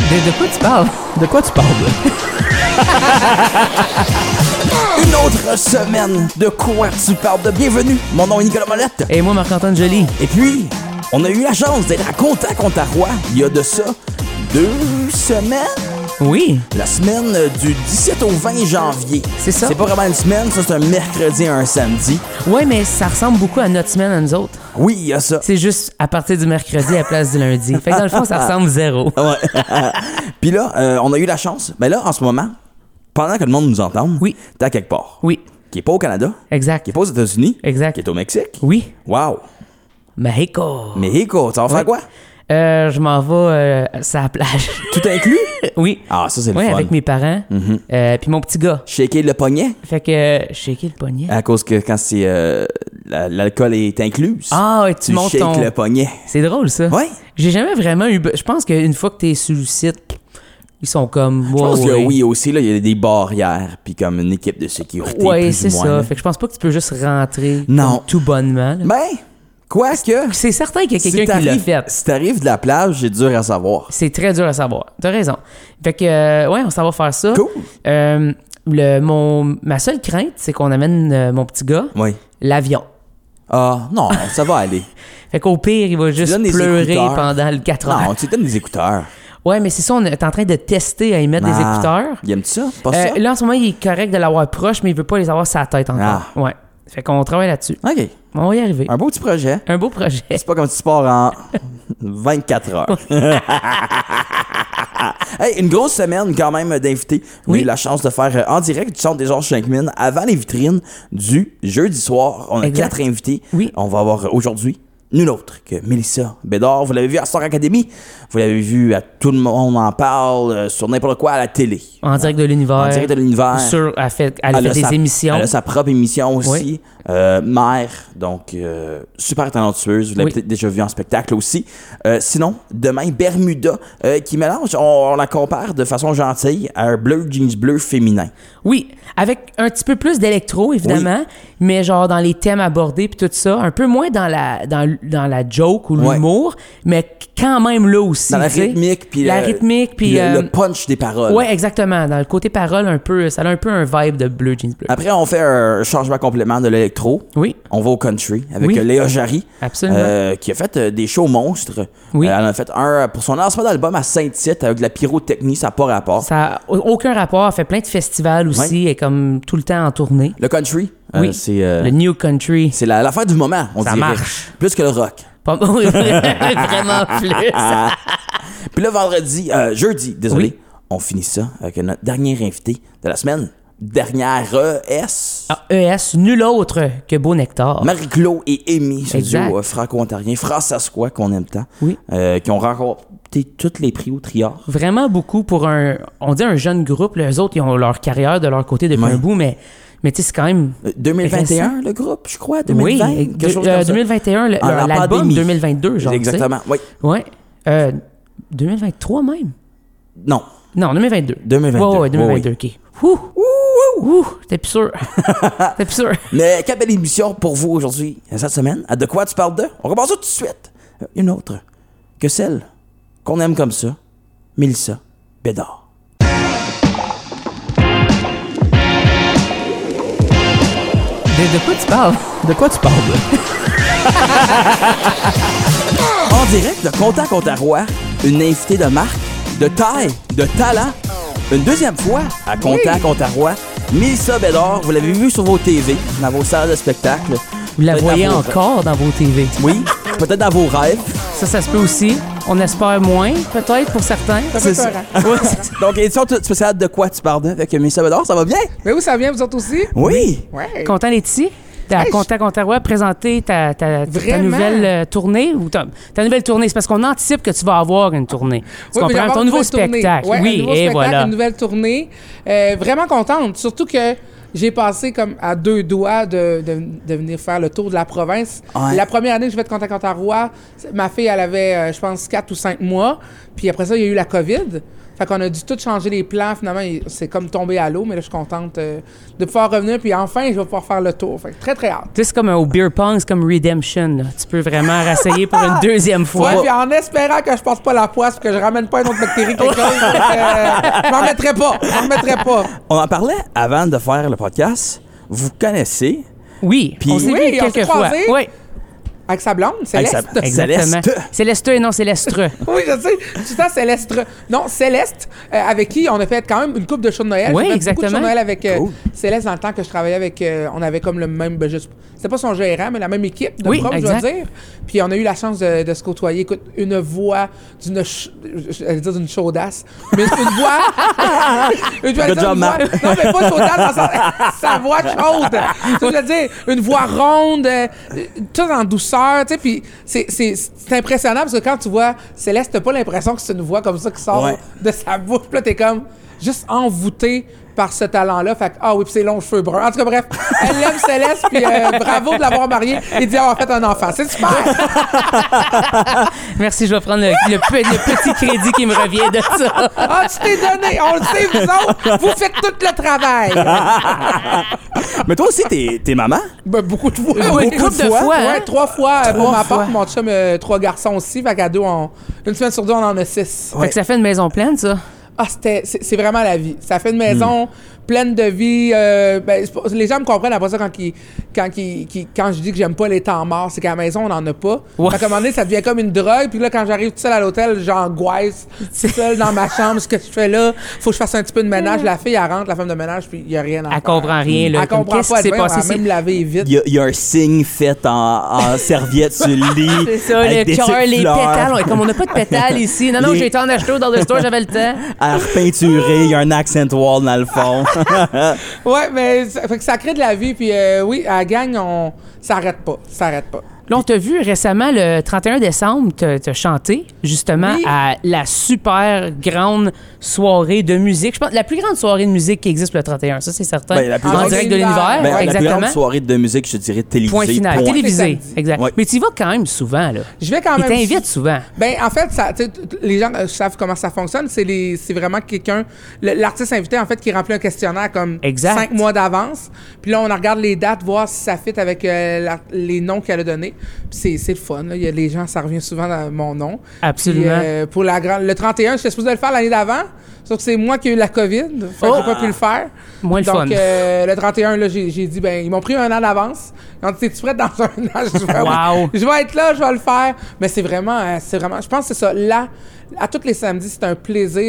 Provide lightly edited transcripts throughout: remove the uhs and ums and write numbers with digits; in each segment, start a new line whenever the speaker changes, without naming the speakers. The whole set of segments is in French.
De quoi tu parles?
De quoi tu parles, Une autre semaine de quoi tu parles de bienvenue. Mon nom est Nicolas Molette.
Et moi, Marc-Antoine Joly.
Et puis, on a eu la chance d'être à Contact Ontario il y a de ça 2 semaines.
Oui.
La semaine du 17 au 20 janvier.
C'est ça.
C'est pas vraiment une semaine, ça c'est un mercredi et un samedi.
Ouais, mais ça ressemble beaucoup à notre semaine à nous autres.
Oui, il y a ça.
C'est juste à partir du mercredi à la place du lundi. Fait que dans le fond, ça ressemble zéro.
Ouais. Puis là, on a eu la chance. Ben là, en ce moment, pendant que le monde nous entende,
Oui.
t'es à quelque part.
Oui.
Qui est pas au Canada,
Exact.
qui est pas aux États-Unis,
Exact.
qui est au Mexique.
Oui.
Wow.
Mexico.
Mexico, tu vas faire quoi?
Je m'en vais sur la plage.
Tout inclus?
Oui.
Ah, ça c'est le
Oui,
fun.
avec mes parents. Puis mon petit gars.
Shaker le poignet?
Fait que shaker le poignet.
À cause que quand c'est l'alcool est inclus.
Ah, ouais, tu montes
shakes
ton...
le poignet.
C'est drôle, ça.
Ouais.
J'ai jamais vraiment eu... Je pense qu'une fois que t'es sur le site, ils sont comme...
Je pense que oui aussi, là, il y a des barrières, puis comme une équipe de sécurité.
Ouais,
plus
c'est
ou moins,
ça.
là.
Fait que je pense pas que tu peux juste rentrer
Non.
tout bonnement. Là.
Ben, quoique...
C'est certain qu'il y a quelqu'un qui l'a
t'arrives-
fait.
Si t'arrives de la plage, c'est dur à savoir.
C'est très dur à savoir. T'as raison. Fait que, ouais, on s'en va faire ça.
Cool.
Ma seule crainte, c'est qu'on amène mon petit gars,
Oui.
l'avion.
Ah, non, ça va aller.
Fait qu'au pire, il va juste
donnes des
pleurer
écouteurs.
pendant le 4 heures.
Non, tu donnes des écouteurs.
Ouais, mais c'est ça, on est en train de tester à y mettre des
Ah,
écouteurs.
Il aime-tu ça? Pas ça?
Là, en ce moment, il est correct de l'avoir proche, mais il veut pas les avoir sur la tête encore. Ouais. Fait qu'on travaille là-dessus.
OK.
On va y arriver.
Un beau petit projet.
Un beau projet.
C'est pas comme si tu pars en 24 heures. Hey, une grosse semaine quand même d'invités. On a
Oui.
eu la chance de faire en direct du centre des Georges Schenkman avant les vitrines du jeudi soir. On a
Exact.
4 invités.
Oui.
On va avoir aujourd'hui nul autre que Mélissa Bédard. Vous l'avez vu à Star Academy. Vous l'avez vu à Tout le monde en parle sur n'importe quoi à la télé.
En direct de l'univers.
En direct de l'univers.
Elle a fait des
sa-
émissions.
Elle a sa propre émission aussi.
Oui.
Mère, donc super talentueuse. Vous l'avez
Oui.
peut-être déjà vu en spectacle aussi. Sinon, demain, Bermuda, qui mélange, on la compare de façon gentille à un bleu jeans bleu féminin.
Oui, avec un petit peu plus d'électro, évidemment, mais genre dans les thèmes abordés puis tout ça, un peu moins dans la joke ou
Ouais.
l'humour, mais quand même là aussi.
Dans la
tu sais.
rythmique, puis
La rythmique, puis...
le punch des paroles.
Ouais, exactement. Dans le côté parole, un peu, ça a un peu un vibe de bleu jeans bleu.
Après, on fait un changement complément de l'électro.
Oui,
On va au country avec
Oui.
Léa Jarry,
absolument.
qui a fait des shows monstres.
Oui.
Elle en a fait un pour son lancement d'album à Saint-Tite avec de la pyrotechnie, ça n'a pas rapport.
Ça a aucun rapport. Elle fait plein de festivals aussi. Elle est comme tout le temps en tournée.
Le country,
Oui.
c'est
Le New Country.
l'affaire du moment, on
Ça
dirait.
marche.
Plus que le rock.
Oui, vraiment plus.
Puis là, jeudi, désolé, on finit ça avec notre dernier invité de la semaine. Dernière S.
Ah, ES, nul autre que Beau Nectar.
Marie-Claude et Amy, ce
Exact.
duo franco-ontarien, franc-sasquois qu'on aime tant,
Oui.
qui ont remporté tous les prix au Triard.
Vraiment beaucoup pour on dit un jeune groupe. Les autres, ils ont leur carrière de leur côté depuis
Ouais.
un bout, mais tu sais, c'est quand même...
2021,
récent.
le groupe, je crois, 2020,
Oui,
quelque chose comme ça.
2021,
En la
l'album
pandémie.
2022, genre.
Exactement, oui.
Tu sais. Ouais. 2023 même?
Non,
Non, 2022.
2022.
Ouais, 2022, OK. T'es plus sûr. T'es plus sûr.
mais quelle belle émission pour vous aujourd'hui, cette semaine. À De quoi tu parles de? On commence ça tout de suite. Une autre que celle qu'on aime comme ça, Mélissa Bédard.
De quoi tu parles?
De quoi tu parles? En direct de Contact Ontario, une invitée de marque, de taille, de talent. Une deuxième fois à Contact Ontario, Mélissa Bédard, vous l'avez vu sur vos TV, dans vos salles de spectacle.
Vous la
Peut-être
voyez
dans vos
encore dans vos TV.
Oui, peut-être dans vos rêves.
Ça se peut aussi. On espère moins, peut-être, pour certains.
C'est ça.
Ouais, c'est ça.
Donc, édition toute spéciale de quoi tu parles de avec Mélissa Bédard, ça va bien?
Mais oui, ça va bien, vous autres aussi?
Oui!
Ouais.
Content d'être ici. À
Hey,
Contact Ontario, présenter ta
Vraiment?
nouvelle tournée. Ou ta nouvelle tournée, c'est parce qu'on anticipe que tu vas avoir une tournée. Tu
Oui, mais
comprends?
d'abord,
Ton
une
nouveau
nouvelle tournée.
spectacle.
Ouais,
Oui,
un nouveau
et
spectacle,
voilà.
Une nouvelle tournée. Vraiment contente. Surtout que j'ai passé comme à 2 doigts de venir faire le tour de la province.
Ouais.
La première année que je vais de Contact Ontario, ma fille, elle avait, je pense, 4 ou 5 mois. Puis après ça, il y a eu la COVID. Fait qu'on a dû tout changer les plans. Finalement, c'est comme tombé à l'eau, mais là, je suis contente de pouvoir revenir. Puis enfin, je vais pouvoir faire le tour. Fait que très, très hâte.
Tu sais, c'est comme au beer pong, c'est comme Redemption. Là. Tu peux vraiment rassayer pour une deuxième fois.
Ouais, puis en espérant que je passe pas la poisse et que je ramène pas une autre bactérie, quelque chose, je m'en remettrai pas. Je m'en remettrai pas.
On en parlait avant de faire le podcast. Vous connaissez?
Oui,
Puis-
on s'est
Oui,
vu
on s'est
quelques fois.
croisés.
Oui,
Avec sa blonde, Céleste.
exactement. Céleste et non Célestre.
Oui, je sais. Tout ça, Céleste. Non, Céleste, avec qui on a fait quand même une couple de shows de Noël.
Oui,
J'ai fait
exactement.
beaucoup de shows de Noël avec
Cool.
Céleste dans le temps que je travaillais avec. On avait comme le même. C'était pas son gérant, mais la même équipe de
Oui,
prom, je
exact.
dois dire. Puis on a eu la chance de se côtoyer. Écoute, une voix j'allais dire d'une chaudasse, mais une voix.
Good job, Marc.
Non, mais pas chaudasse, dans sa voix chaude. Je veux dire, une voix ronde, tout en douceur, tu sais. Puis c'est impressionnant parce que quand tu vois Céleste, t'as pas l'impression que c'est une voix comme ça qui sort
Ouais.
de sa bouche. Puis là, t'es comme juste envoûté par ce talent-là. Fait que, oui, puis ses longs cheveux bruns. En tout cas, bref, elle aime Céleste, puis bravo de l'avoir mariée et d'y avoir fait un enfant. C'est super!
Merci, je vais prendre le petit crédit qui me revient de ça.
Ah, tu t'es donné! On le sait, vous autres! Vous faites tout le travail!
Mais toi aussi, t'es maman?
Ben, beaucoup de fois.
Oui, une couple de fois, hein?
Ouais, 3 fois pour
Trois
ma part.
fois.
Mon chum, 3 garçons aussi. Fait qu'à deux, une semaine sur deux, on en a 6.
Fait que ça fait une maison pleine, ça.
Ah, c'est vraiment la vie. Ça fait une maison pleine de vie. Les gens me comprennent après ça quand je dis que j'aime pas les temps morts. C'est qu'à la maison, on n'en a pas.
Ouais.
Fait qu'à un moment donné, ça devient comme une drogue. Puis là, quand j'arrive tout seul à l'hôtel, j'angoisse. Seule dans ma chambre, ce que je fais là. Faut que je fasse un petit peu de ménage. La fille, elle rentre, la femme de ménage, puis il n'y a rien à faire.
Elle comprend rien, là.
Elle
Comme,
comprend
qu'est-ce
pas.
qui s'est
Elle
passé?
va même laver vite.
Il y a un signe fait en serviette sur le lit.
C'est ça,
avec
le
des
cœur,
petites
les
fleurs.
pétales. Ouais, comme on n'a pas de pétales ici. Non,
Les-
j'ai été en acheter dans le store, j'avais le temps.
À repeinturer, il y a un accent wall dans le fond.
Ouais, mais fait que ça crée de la vie. Puis oui, à la gang, ça arrête pas. Ça arrête pas.
Là, on t'a vu récemment, le 31 décembre, te chanter, justement,
Oui.
à la super grande soirée de musique. Je pense la plus grande soirée de musique qui existe le 31, ça, c'est certain.
Ben, la plus
en
grande-
direct de l'univers,
Ben, la plus
exactement.
grande soirée de musique, je dirais télévisée.
Point final,
point.
télévisé,
samedi.
exact.
Ouais.
Mais tu y vas quand même souvent, là.
Je vais quand
Ils
même.
t'invitent souvent.
Ben, en fait, les gens savent comment ça fonctionne. C'est vraiment quelqu'un, l'artiste invité, en fait, qui remplit un questionnaire comme
Exact.
5 mois d'avance. Puis là, on regarde les dates, voir si ça fit avec les noms qu'elle a donnés. Puis c'est le fun. Là. Il y a les gens, ça revient souvent dans mon nom.
Absolument.
Puis, pour le 31, j'étais supposé le faire l'année d'avant. Sauf que c'est moi qui ai eu la COVID. Fait que j'ai pas pu le faire.
Moins le
Donc,
fun.
le 31, là, j'ai dit, ben, ils m'ont pris un an d'avance. Ils ont dit, t'es-tu prête dans un an? Je dis, ben oui.
Wow.
Je vais être là, je vais le faire. Mais c'est vraiment, je pense que c'est ça. Là, à tous les samedis, c'est un plaisir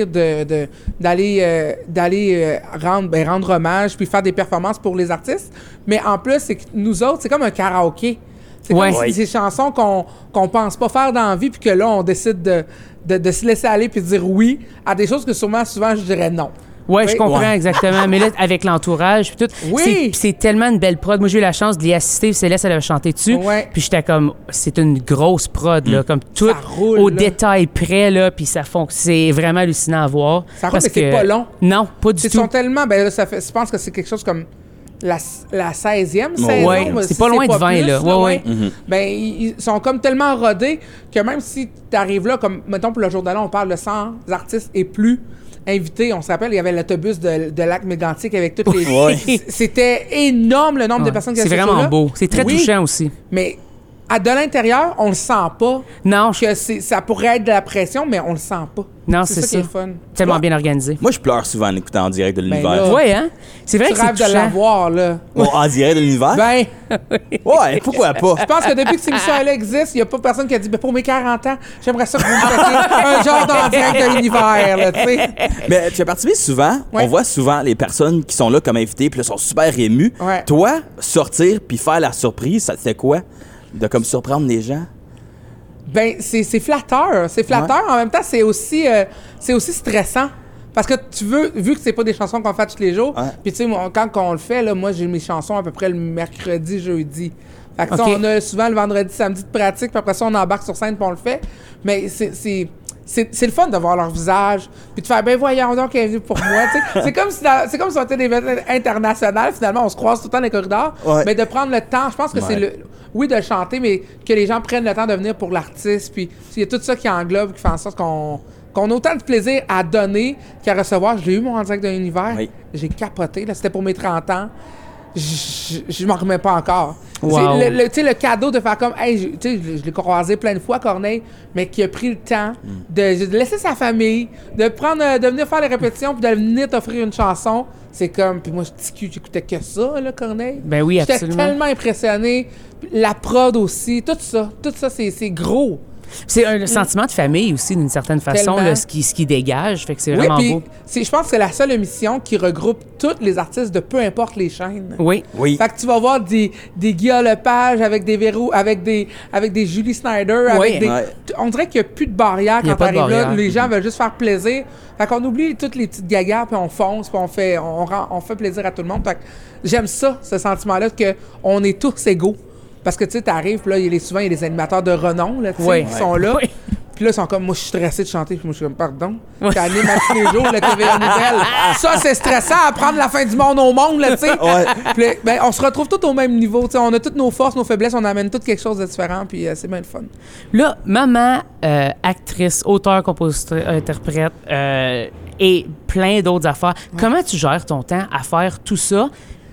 d'aller rendre hommage puis faire des performances pour les artistes. Mais en plus, c'est que nous autres, c'est comme un karaoké. C'est
Ouais.
comme ces chansons qu'on pense pas faire dans la vie puis que là, on décide de se laisser aller puis de dire oui à des choses que souvent je dirais non.
Ouais,
Oui.
je comprends
Ouais.
exactement. Mais là, avec l'entourage, puis tout,
Oui.
c'est tellement une belle prod. Moi, j'ai eu la chance d'y assister. Céleste, elle avait chanté dessus.
Ouais.
Puis j'étais comme, c'est une grosse prod, là, comme tout
roule,
au
là.
détail près, là, puis ça c'est vraiment hallucinant à voir.
Ça roule, mais c'est pas long.
Non, pas du
Ils
tout.
sont tellement, ben là, je pense que c'est quelque chose comme la 16e saison.
Ouais,
mais
c'est
si
pas loin de 20,
plus,
là. Ouais.
Ben, ils sont comme tellement rodés que même si tu arrives là, comme, mettons, pour le jour de l'an, on parle de 100 artistes et plus invités. On se rappelle, il y avait l'autobus de Lac Mégantic avec toutes les...
Ouais.
C'était énorme, le nombre de
Ouais.
personnes qui
C'est
étaient
vraiment
là.
beau. C'est très
Oui,
touchant aussi.
Mais de l'intérieur, on le sent pas.
Non,
Que ça pourrait être de la pression, mais on le sent pas.
Non,
c'est
c'est
ça qui est
ça.
fun.
tellement bien organisé.
Moi, je pleure souvent en écoutant en direct de l'univers.
là,
Ouais, hein? C'est vrai
Tu
que c'est
rêves de
touchant.
l'avoir, là.
Oh, en direct de l'univers?
Ben...
Ouais, pourquoi pas?
Je pense que depuis que ces émissions-là existent, il n'y a pas personne qui a dit ben, pour mes 40 ans, j'aimerais ça que vous me fassiez un genre d'en direct de l'univers, là, tu sais.
Mais tu as participé souvent.
Ouais.
On voit souvent les personnes qui sont là comme invités puis là sont super émues.
Ouais.
Toi, sortir puis faire la surprise, ça te fait quoi? De comme surprendre les gens?
Ben, c'est flatteur. C'est flatteur. En même temps, c'est aussi stressant. Parce que tu veux, vu que c'est pas des chansons qu'on fait tous les jours,
Ouais.
puis tu sais, quand on le fait, là, moi, j'ai mes chansons à peu près le mercredi, jeudi. Fait que tu sais,
Ok.
on a souvent le vendredi, samedi de pratique, puis après ça, on embarque sur scène puis on le fait. Mais c'est le fun de voir leur visage, puis de faire, ben voyons donc qu'elle est venue pour moi, tu sais. C'est comme si on était des événements internationaux, finalement, on se croise tout le temps dans les corridors, mais de prendre le temps, je pense que c'est oui, de chanter, mais que les gens prennent le temps de venir pour l'artiste, puis il y a tout ça qui englobe, qui fait en sorte qu'on a autant de plaisir à donner qu'à recevoir. Je l'ai eu, mon en direct de l'univers, j'ai capoté, là, c'était pour mes 30 ans. Je m'en remets pas encore.
Wow.
Le cadeau de faire comme, hey, je l'ai croisé plein de fois, Corneille, mais qui a pris le temps de laisser sa famille, de venir faire les répétitions, puis de venir t'offrir une chanson. C'est comme, puis moi, j'écoutais que ça, là, Corneille.
Ben oui,
J'étais
absolument.
tellement impressionné. La prod aussi, tout ça, c'est gros.
C'est un sentiment de famille aussi, d'une certaine façon,
Tellement.
là, ce qui dégage. Fait que c'est vraiment beau.
Je pense que c'est la seule émission qui regroupe tous les artistes de peu importe les chaînes.
Oui.
Fait que tu vas voir des Guillaume Lepage avec des Verrou, avec des Julie Snyder, avec des... On dirait qu'il n'y a plus de barrière quand t'arrives là. Les gens veulent juste faire plaisir. Fait qu'on oublie toutes les petites gagarres, puis on fonce, puis on fait plaisir à tout le monde. Fait que j'aime ça, ce sentiment-là, qu'on est tous égaux. Parce que tu sais, t'arrives, puis là, souvent, il y a des animateurs de renom, là, tu sais, qui sont là. Oui. Puis là, ils sont comme, moi, je suis stressé de chanter. Puis moi, je suis comme, pardon. T'animes à tous les jours, le TVA Nouvelle. Ça, c'est stressant à prendre la fin du monde au monde, là, tu sais. Puis ben, on se retrouve tous au même niveau, tu sais. On a toutes nos forces, nos faiblesses, on amène toutes quelque chose de différent, puis c'est bien le fun.
Là, maman, actrice, auteur, compositeur, interprète, et plein d'autres affaires. Comment tu gères ton temps à faire tout ça?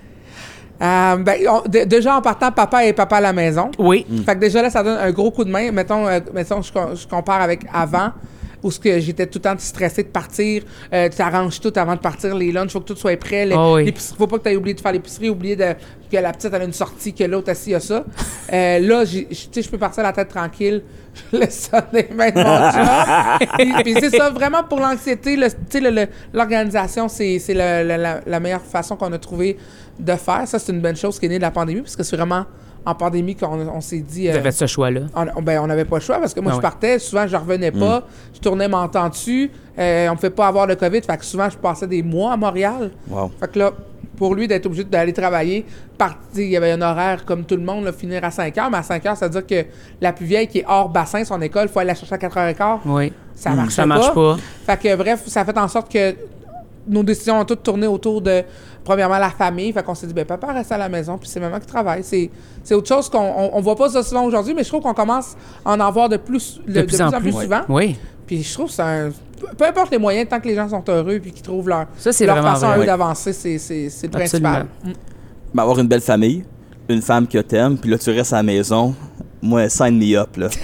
Déjà en partant, papa et papa à la maison.
Oui.
Fait que déjà là, ça donne un gros coup de main. Mettons je compare avec avant, où j'étais tout le temps stressée de partir. Tu arranges tout avant de partir, les lunchs, il faut que tout soit prêt. Faut pas que tu aies oublié de faire l'épicerie, que la petite elle a une sortie, que l'autre assis a ça. Là, je peux partir la tête tranquille. Je laisse ça dans les mains de mon chat. Puis c'est ça, vraiment pour l'anxiété, l'organisation, c'est la meilleure façon qu'on a trouvé de faire. Ça, c'est une bonne chose qui est née de la pandémie, parce que c'est vraiment en pandémie qu'on s'est dit...
Vous avez fait ce choix-là?
On n'avait pas le choix, parce que moi, je partais, souvent, je revenais pas, je tournais mon temps dessus, on ne pouvait pas avoir le COVID, fait que souvent, je passais des mois à Montréal.
Wow.
Fait que là, pour lui, d'être obligé d'aller travailler, il y avait un horaire comme tout le monde, là, finir à 5 heures, mais à 5 heures, ça veut dire que la plus vieille qui est hors bassin, son école, il faut aller la chercher à 4h15.
Oui.
Ça marche pas. Fait que bref, ça fait en sorte que nos décisions ont toutes tourné autour de, premièrement, la famille. Fait qu'on s'est dit, ben papa reste à la maison, puis c'est maman qui travaille. C'est autre chose qu'on voit pas ça souvent aujourd'hui, mais je trouve qu'on commence à en avoir de plus en plus souvent.
Oui.
Puis je trouve que c'est peu importe les moyens, tant que les gens sont heureux puis qu'ils trouvent leur façon à eux d'avancer, c'est le principal.
Mais avoir une belle famille, une femme que t'aimes, puis là, tu restes à la maison... Moi, sign me up, là.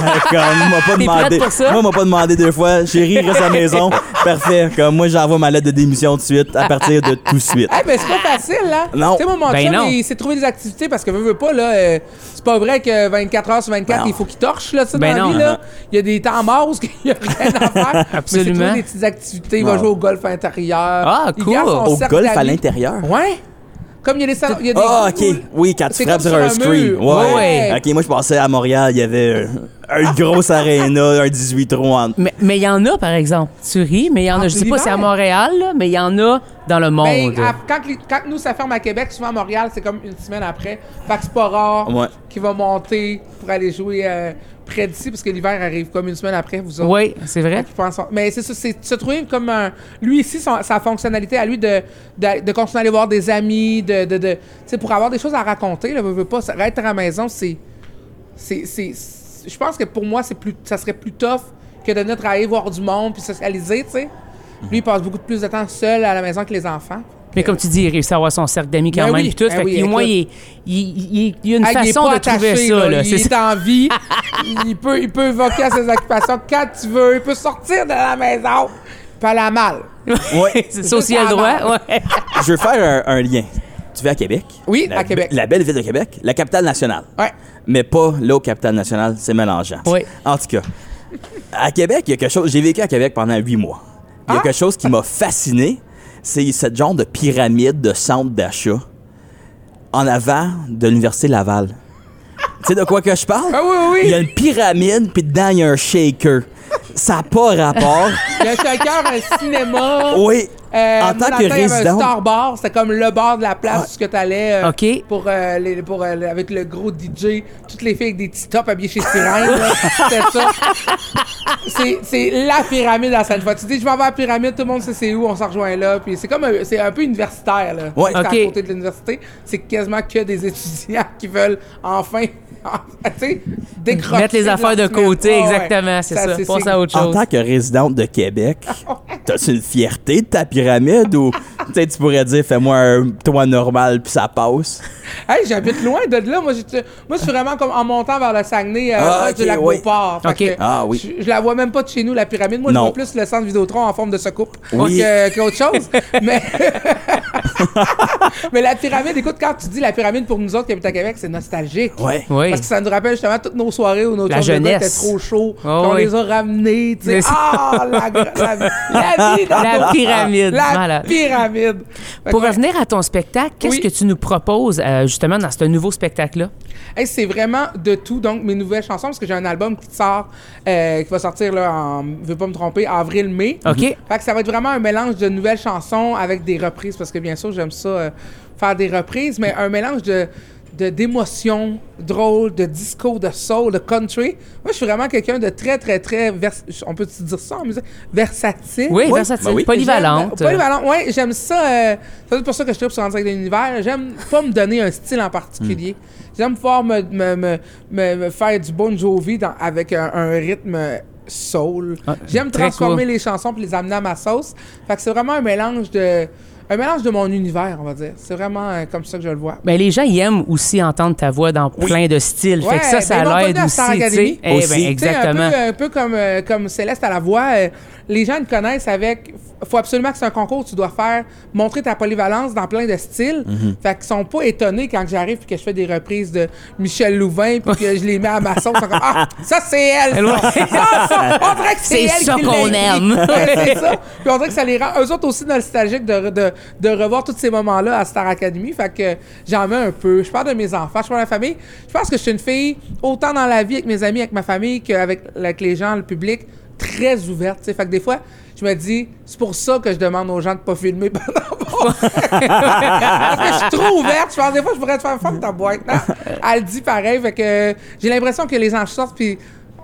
Moi, m'a pas demandé 2 fois. Chérie, reste à la maison. Parfait. Comme moi, j'envoie ma lettre de démission tout de suite, à partir de tout de suite.
Mais c'est pas facile, là.
Non.
Tu sais, mon chum, il s'est trouvé des activités parce que veut pas, là. C'est pas vrai que 24 heures sur 24, il faut qu'il torche, là, ça, dans la vie, là. Il y a des temps morts où il y a rien à faire.
Absolument.
Mais c'est trouvé des petites activités. Il va jouer au golf intérieur.
Ah, cool.
Au golf à l'intérieur?
Ouais. Comme il y a des salons.
OK. Oui, quand tu frappes sur un screen. Ouais. OK, moi, je pensais à Montréal, il y avait un gros aréna, un 18 trous en...
Mais il y en a, par exemple. Tu ris, mais il y en a. Je sais pas si c'est à Montréal, là, mais il y en a dans le monde.
Quand nous, ça ferme à Québec, souvent à Montréal, c'est comme une semaine après. Fait que c'est pas rare qu'il va monter pour aller jouer près d'ici, parce que l'hiver arrive comme une semaine après, vous autres.
Oui, c'est vrai.
Mais c'est ça, c'est se trouver comme un... Lui, ici, sa fonctionnalité à lui de continuer à aller voir des amis, tu sais, pour avoir des choses à raconter, là, veut pas, être à la maison, c'est je pense que pour moi, ça serait plus tough que de venir travailler, voir du monde, puis socialiser, tu sais. Lui, il passe beaucoup plus de temps seul à la maison que les enfants.
Mais comme tu dis, il réussit à avoir son cercle d'amis quand même. Puis tout, au moins, il y a une façon de trouver ça. Là.
Il est en vie. il peut évoquer à ses occupations quand tu veux. Il peut sortir de la maison. Puis aller à mal.
Oui,
c'est ça aussi, il a le droit. Ouais.
Je veux faire un lien. Tu vis à Québec?
Oui, à Québec.
La belle ville de Québec, la capitale nationale.
Oui.
Mais pas là, capitale nationale, c'est mélangeant.
Oui.
En tout cas, à Québec, il y a quelque chose... J'ai vécu à Québec pendant 8 mois. Il y a quelque chose qui m'a fasciné. C'est ce genre de pyramide de centre d'achat en avant de l'Université Laval. Tu sais de quoi que je parle?
Ah oui.
Il y a une pyramide, puis dedans, il y a un shaker. Ça n'a pas rapport.
Le shaker, un cinéma.
Oui. En tant que
Il y avait un
résident.
Star Bar, c'était comme le bar de la place où tu allais
OK.
avec le gros DJ, toutes les filles avec des petits tops habillés chez Sirène. Là, c'était ça. C'est la pyramide à Sainte-Foy. Tu dis, je m'en vais à la pyramide, tout le monde sait c'est où, on s'en rejoint là. Puis c'est un peu universitaire. Là.
Ouais.
C'est
OK.
à côté de l'université. C'est quasiment que des étudiants qui veulent enfin décrocher.
Mettre les affaires de côté, exactement, c'est ça. Passer à autre
En
chose.
tant que résidente de Québec, t'as-tu une fierté de ta pyramide ou tu pourrais dire fais-moi un toit normal puis ça passe?
Hey, j'habite loin de là. Moi, je suis vraiment comme en montant vers le Saguenay,
OK,
du lac
oui.
Beauport. Fait
OK.
que
Ah oui.
Je la vois même pas de chez nous, la pyramide. Moi,
Non.
je vois plus le centre Vidéotron en forme de secoupe
Oui.
qu'autre chose. Mais... mais la pyramide, écoute, quand tu dis la pyramide pour nous autres qui habitent à Québec, c'est nostalgique.
Ouais.
Oui.
Parce que ça nous rappelle justement toutes nos soirées où nos
La
chums de gars
jeunesse.
étaient trop chauds.
Oh,
puis on
oui.
les a ramenés. Tu sais.
C'est-
Ah, la vie dans
La
nos-
pyramide.
La
Malade.
pyramide. Fait
Pour
que,
revenir à ton spectacle, qu'est-ce
Oui.
que tu nous proposes justement dans ce nouveau spectacle-là?
hey, c'est vraiment de tout. Donc, mes nouvelles chansons, parce que j'ai un album qui sort, qui va sortir, là, je veux pas me tromper, avril-mai.
OK.
Fait que ça va être vraiment un mélange de nouvelles chansons avec des reprises, parce que bien sûr, j'aime ça, faire des reprises, mais un mélange d'émotions drôles, de disco, de soul, de country. Moi, je suis vraiment quelqu'un de très, très, très, on peut dire ça en musique, versatile.
Oui,
Oui,
versatile,
ben oui.
polyvalente.
Polyvalente, oui, j'aime ça. C'est pour ça que je tripe sur En direct de l'univers. J'aime pas me donner un style en particulier. J'aime pouvoir me faire du Bon Jovi avec un rythme soul.
Ah,
J'aime
très
transformer
cool.
les chansons puis les amener à ma sauce. Fait que c'est vraiment un mélange de mon univers, on va dire. C'est vraiment comme ça que je le vois.
Ben, les gens ils aiment aussi entendre ta voix dans plein de styles. Fait que
Ouais,
ça
ben, ils m'ont
l'aide
connu à
aussi.
Star
tu sais.
Academy.
Eh ben,
Aussi. Tu sais,
exactement.
Un peu comme Céleste à la voix. Les gens le connaissent avec... Faut absolument que c'est un concours où tu dois montrer ta polyvalence dans plein de styles. Fait qu'ils sont pas étonnés quand j'arrive puis que je fais des reprises de Michel Louvain puis que je les mets à ma sauce. Ils sont comme, ah, ça c'est elle!
Ouais.
Ça, on dirait que c'est elle
C'est ça
qui l'a
qu'on
écrit.
aime.
Ouais, c'est ça. Puis on dirait que ça les rend eux autres aussi nostalgiques de revoir tous ces moments-là à Star Academy. Fait que j'en mets un peu. Je parle de mes enfants, je parle de la famille. Je pense que je suis une fille, autant dans la vie avec mes amis, avec ma famille, qu'avec les gens, le public, très ouverte. T'sais. Fait que des fois, je me dis, c'est pour ça que je demande aux gens de pas filmer pendant Parce que je suis trop ouverte. Je pense des fois, je pourrais te faire femme ta boîte. Non? Elle dit pareil. Fait que j'ai l'impression que les gens sortent puis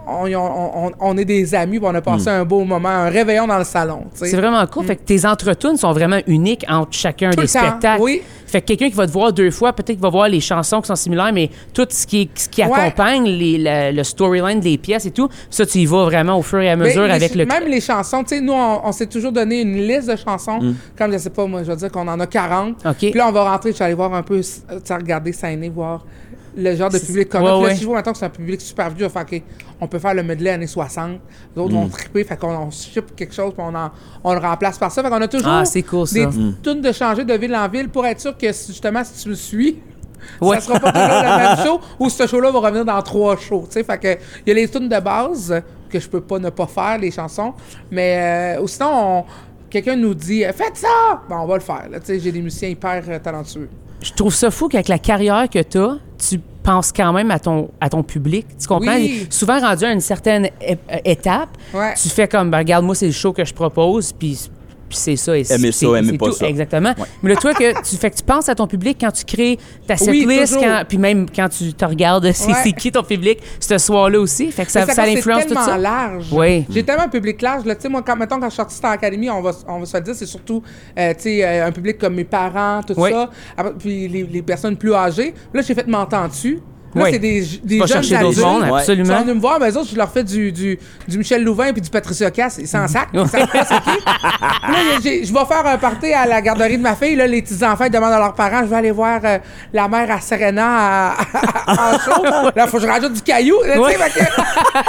on est des amis, puis on a passé un beau moment, un réveillon dans le salon. T'sais.
C'est vraiment cool. Fait que tes entretunes sont vraiment uniques entre chacun
Tout
des
le temps,
spectacles.
oui.
Fait que quelqu'un qui va te voir 2 fois, peut-être qu'il va voir les chansons qui sont similaires, mais tout ce qui
Ouais.
accompagne le storyline des pièces et tout, ça, tu y vas vraiment au fur et à mesure
Mais
avec le...
Même les chansons, tu sais, nous, on s'est toujours donné une liste de chansons. Comme, je sais pas, moi, je veux dire qu'on en a 40.
OK.
Puis là, on va rentrer, je vais aller voir un peu, tu sais, regarder, s'aîner, voir le genre de public qu'on a.
Ouais,
Puis là,
ouais.
si je vois maintenant que c'est un public super vieux, on va faire, OK, on peut faire le medley années 60. Les autres vont triper, fait qu'on ship quelque chose, puis on le remplace par ça. Fait qu'on a toujours
Ah, c'est cool, ça.
des tunes de changer de ville en ville pour être sûr que, justement, si tu me suis...
Ouais.
Ça sera pas toujours le même show ou ce show-là va revenir dans 3 shows. Tu sais, fait que il y a les tunes de base que je peux pas ne pas faire, les chansons. Mais ou sinon, quelqu'un nous dit faites ça! Ben, on va le faire. Là. Tu sais, j'ai des musiciens hyper talentueux.
Je trouve ça fou qu'avec la carrière que tu as, tu penses quand même à ton public. Tu comprends?
Oui.
Souvent rendu à une certaine étape,
Ouais.
tu fais comme, ben, regarde, moi, c'est le show que je propose, puis c'est ça. Et
Aimez ça, aimez
c'est
pas
tout.
ça.
Exactement.
Ouais.
Mais là, toi, tu penses à ton public quand tu crées ta
Oui,
setlist,
toujours.
puis même quand tu te regardes,
Ouais.
c'est qui ton public, ce soir-là aussi. Fait que ça
Mais c'est
influence tout
tellement
ça.
large.
Oui.
J'ai tellement un public large. Là. Tu sais, moi, mettons, quand je suis sortie Star Academy, on va se le dire, c'est surtout tu sais, un public comme mes parents, tout
Oui.
ça. Après, puis les personnes plus âgées. Là, j'ai fait m'entends-tu. Là,
Oui.
c'est des
Pas
jeunes
chercher
adultes.
d'autres mondes,
Ouais.
Ils
absolument.
sont venus me voir, mais eux autres, je leur fais du Michel Louvain puis du Patricia Cass. Ils s'en sac. Ils savent pas c'est qui. Puis là, je vais faire un party à la garderie de ma fille. Là, les petits-enfants ils demandent à leurs parents, je vais aller voir la mère à Serena en show. Là, il faut que je rajoute du caillou. Là, tu sais, fait que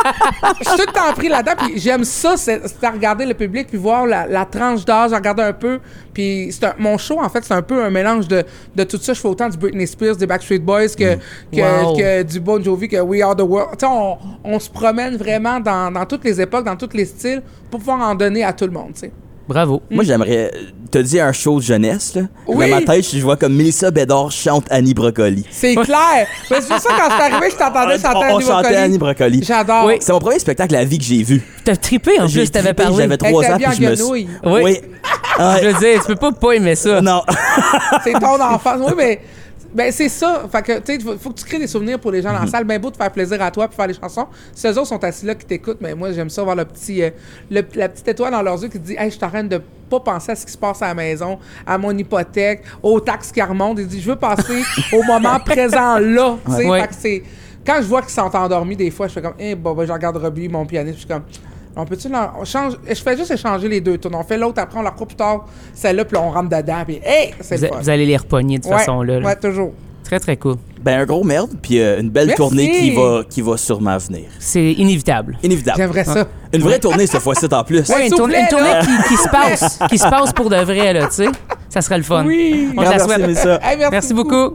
je suis tout le temps pris là-dedans. Puis j'aime ça, c'est à regarder le public puis voir la tranche d'âge, regarder un peu. Puis mon show, en fait, c'est un peu un mélange de tout ça. Je fais autant du Britney Spears, des Backstreet Boys
Wow.
que du Bon Jovi, que We Are The World. Tu sais, on se promène vraiment dans toutes les époques, dans tous les styles, pour pouvoir en donner à tout le monde, tu sais.
Bravo.
Moi, j'aimerais te dire un show de jeunesse, là.
Oui.
Dans ma tête, je vois comme Mélissa Bédard chante Annie Brocoli.
C'est clair. Mais c'est pour ça, quand je suis arrivé, je t'entendais chanter
On
Annie
chantait
Brocoli.
Annie Brocoli.
J'adore.
Oui.
C'est mon premier spectacle à vie que j'ai vu.
T'as trippé en
J'ai
plus, t'avais
trippé,
parlé.
J'avais 3 ans,
Avec ta
puis je me
vie en
suis...
guenouille.
Oui.
Oui.
Je veux dire, tu peux pas aimer ça.
Non.
C'est ton enfance. Oui, mais ben, c'est ça. Fait que, tu sais, faut que tu crées des souvenirs pour les gens dans la salle. Ben beau de faire plaisir à toi puis faire les chansons. Si eux autres sont assis là qui t'écoutent, mais moi, j'aime ça voir la petite étoile dans leurs yeux qui te dit, hey, je suis en train de pas penser à ce qui se passe à la maison, à mon hypothèque, aux taxes qui remontent. Il dit, je veux passer au moment présent là. Tu sais,
Ouais.
fait que c'est. Quand je vois qu'ils sont endormis, des fois, je fais comme, ben, je regarde Robbie, mon pianiste, je suis comme. On peut-tu on change. Je fais juste échanger les deux tours. On fait l'autre, après on la recoupe plus tard, celle-là, puis là, on rentre dedans, puis hey, c'est le fun.
Vous allez les repogner de toute façon-là. Là.
Ouais, toujours.
Très, très cool.
Ben, un gros merde, puis une belle
Merci.
tournée qui va sûrement venir.
C'est inévitable.
Inévitable.
J'aimerais ça.
Une vraie tournée cette fois-ci en plus.
Ouais,
s'il
une
vous
tournée,
plaît,
une tournée
là.
qui se passe pour de vrai, là, tu sais. Ça serait le fun.
Oui.
On te la
Merci,
souhaite.
Mélissa.
Hey,
Merci beaucoup.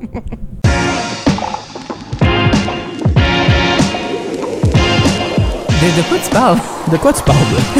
De quoi tu parles?
De quoi tu parles, là?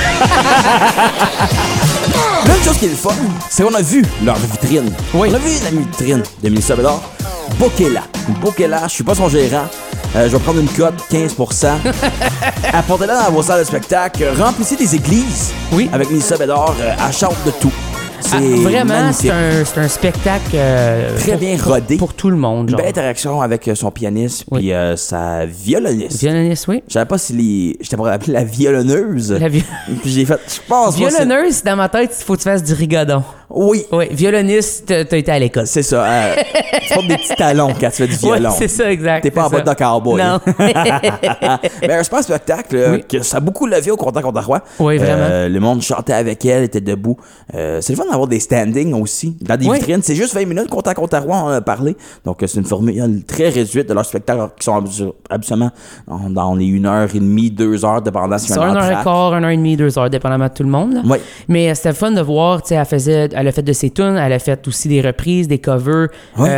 L'autre chose qui est le fun, c'est qu'on a vu leur vitrine.
Oui.
On a vu la vitrine de Mélissa Bédard. Bookez-la. Bookez-la. Je suis pas son gérant. Je vais prendre une cote, 15%. Apportez-la dans vos salles de spectacle. Remplissez des églises.
Oui.
Avec Mélissa Bédard. Elle chante de tout. C'est
Ah, vraiment,
magnifique.
c'est un spectacle
Très bien rodé.
pour tout le monde.
Une
Genre.
belle interaction avec son pianiste
Oui.
puis sa violoniste.
Violoniste, oui.
Je savais pas si j'étais pour l'appeler la violonneuse. Puis j'ai fait, je pense moi, c'est-
Violonneuse, dans ma tête, il faut que tu fasses du rigodon.
Oui,
Oui, violoniste, t'as été à l'école.
c'est ça. Tu portes des petits talons quand tu fais du violon.
Ouais, c'est ça, exact.
T'es pas en
c'est
botte de
ça.
cowboy.
Non.
Mais un super spectacle
Oui.
que ça a beaucoup levé au Content contre Roi.
Oui, vraiment.
Le monde chantait avec elle, était debout. C'est le fun d'avoir des standings aussi dans des
Oui.
vitrines. C'est juste 20 minutes, Content contre Roi, on en a parlé. Donc c'est une formule très réduite de leurs spectacles qui sont absolument dans les 1h30, 2h, dépendant si
C'est
on
1h15, 1h30, 2h, dépendamment de tout le monde. Là.
Oui.
Mais c'était fun de voir, tu sais, elle a fait de ses tunes, elle a fait aussi des reprises, des covers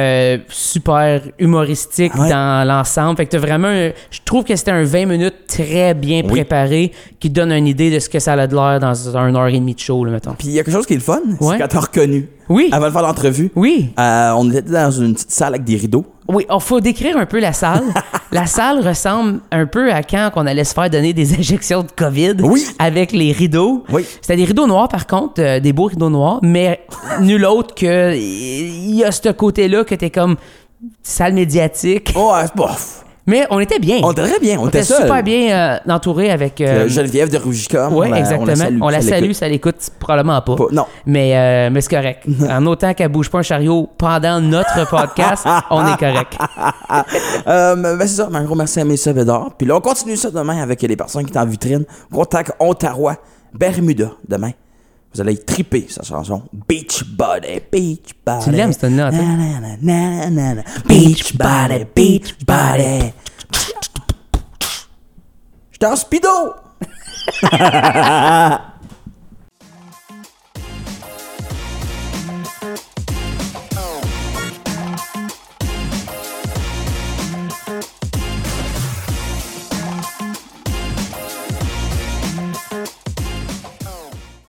super humoristiques
Ouais.
dans l'ensemble. Fait que t'as vraiment, je trouve que c'était un 20 minutes très bien
Oui.
préparé qui donne une idée de ce que ça a de l'air dans 1h30 de show, là, mettons.
Puis il y a quelque chose qui est le fun,
Ouais.
c'est quand t'as reconnu.
Oui.
Avant de faire l'entrevue,
Oui.
on était dans une petite salle avec des rideaux.
Oui, il faut décrire un peu la salle. La salle ressemble un peu à quand on allait se faire donner des injections de COVID
Oui.
avec les rideaux.
Oui.
C'était des rideaux noirs, par contre, des beaux rideaux noirs, mais nul autre que... Il y a ce côté-là que t'es comme salle médiatique.
Oh, c'est bof.
Mais on était bien.
On était très bien, on
On
était
était
seul.
super bien entouré avec...
Geneviève de Rougicom.
oui, exactement. On la salue,
l'écoute.
ça l'écoute probablement pas.
Non.
Mais c'est correct. En autant qu'elle bouge pas un chariot pendant notre podcast, on est correct.
Ben c'est ça, un gros merci à Mélissa Bédard. Puis là, on continue ça demain avec les personnes qui sont en vitrine. Contact Ontario, Bermuda, demain. Vous allez triper sa chanson Beach Body, Beach Body.
Tu l'aimes, cette note, hein?
Na, na, na, na. Beach Body, Beach Body. J'étais en speedo!